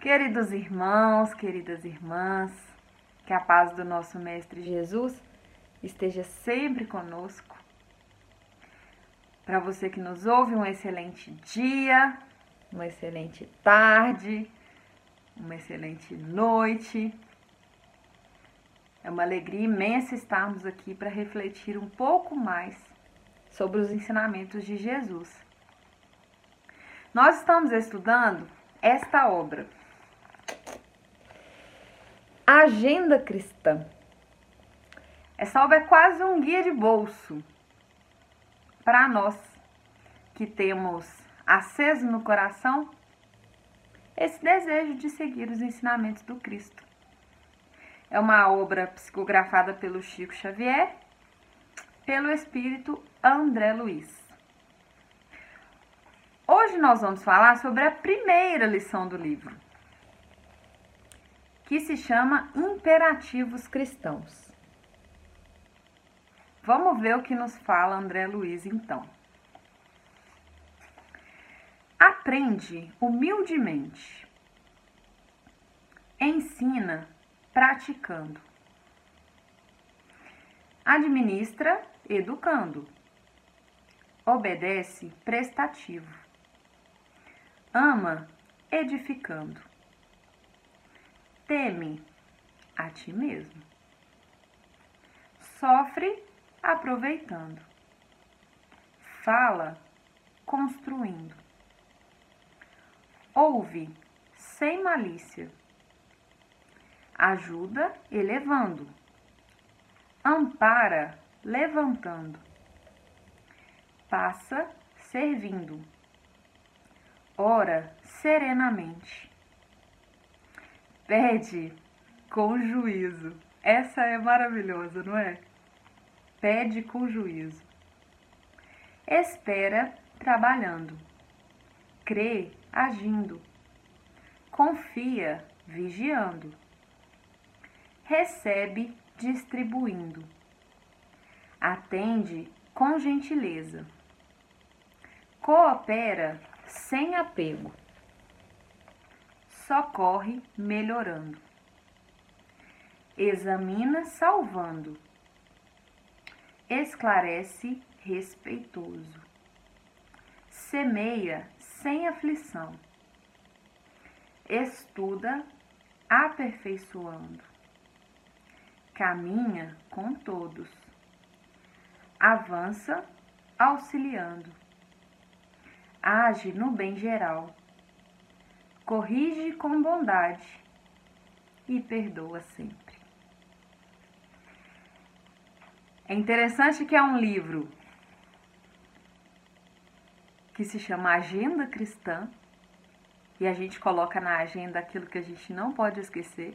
Queridos irmãos, queridas irmãs, que a paz do nosso Mestre Jesus esteja sempre conosco. Para você que nos ouve, um excelente dia, uma excelente tarde, uma excelente noite. É uma alegria imensa estarmos aqui para refletir um pouco mais sobre os ensinamentos de Jesus. Nós estamos estudando esta obra, Agenda Cristã. Essa obra é quase um guia de bolso para nós que temos aceso no coração esse desejo de seguir os ensinamentos do Cristo. É uma obra psicografada pelo Chico Xavier, pelo espírito André Luiz. Hoje nós vamos falar sobre a primeira lição do livro, que se chama Imperativos Cristãos. Vamos ver o que nos fala André Luiz, então. Aprende humildemente. Ensina praticando. Administra educando. Obedece prestativo. Ama edificando. Teme a ti mesmo. Sofre aproveitando. Fala construindo. Ouve sem malícia. Ajuda elevando. Ampara levantando. Passa servindo. Ora serenamente. Pede com juízo. Essa é maravilhosa, não é? Pede com juízo. Espera trabalhando. Crê agindo. Confia vigiando. Recebe distribuindo. Atende com gentileza. Coopera sem apego. Socorre melhorando. Examina salvando. Esclarece respeitoso. Semeia sem aflição. Estuda aperfeiçoando. Caminha com todos. Avança auxiliando. Age no bem geral. Corrige com bondade e perdoa sempre. É interessante que é um livro que se chama Agenda Cristã e a gente coloca na agenda aquilo que a gente não pode esquecer.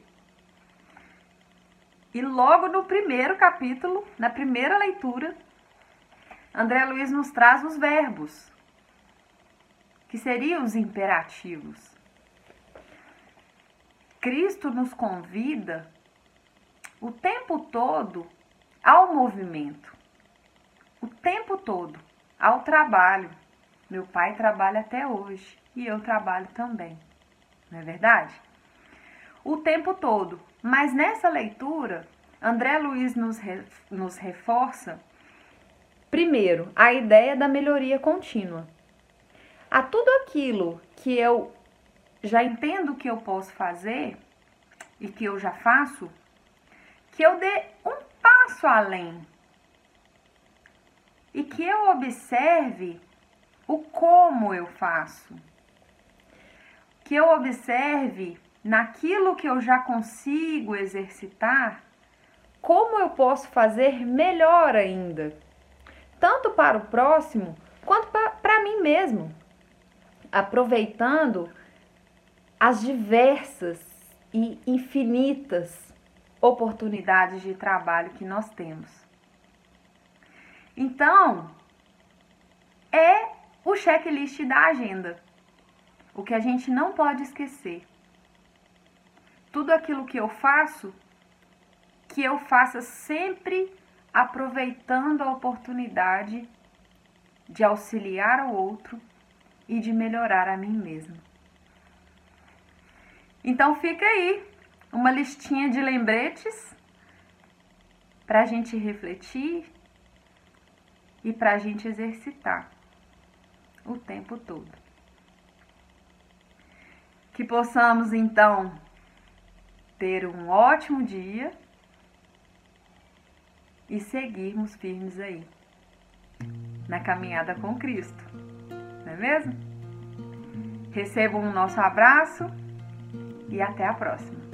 E logo no primeiro capítulo, na primeira leitura, André Luiz nos traz os verbos, que seriam os imperativos. Cristo nos convida o tempo todo ao movimento, o tempo todo ao trabalho. Meu pai trabalha até hoje e eu trabalho também, não é verdade? O tempo todo. Mas nessa leitura, André Luiz nos reforça, primeiro, a ideia da melhoria contínua. A tudo aquilo que eu já entendo que eu posso fazer e que eu já faço, que eu dê um passo além e que eu observe o como eu faço, que eu observe naquilo que eu já consigo exercitar, como eu posso fazer melhor ainda, tanto para o próximo quanto para mim mesmo, aproveitando as diversas e infinitas oportunidades de trabalho que nós temos. Então, é o checklist da agenda. O que a gente não pode esquecer. Tudo aquilo que eu faça sempre aproveitando a oportunidade de auxiliar o outro e de melhorar a mim mesma. Então fica aí uma listinha de lembretes para a gente refletir e para a gente exercitar o tempo todo. Que possamos então ter um ótimo dia e seguirmos firmes aí na caminhada com Cristo, não é mesmo? Recebam o nosso abraço e até a próxima.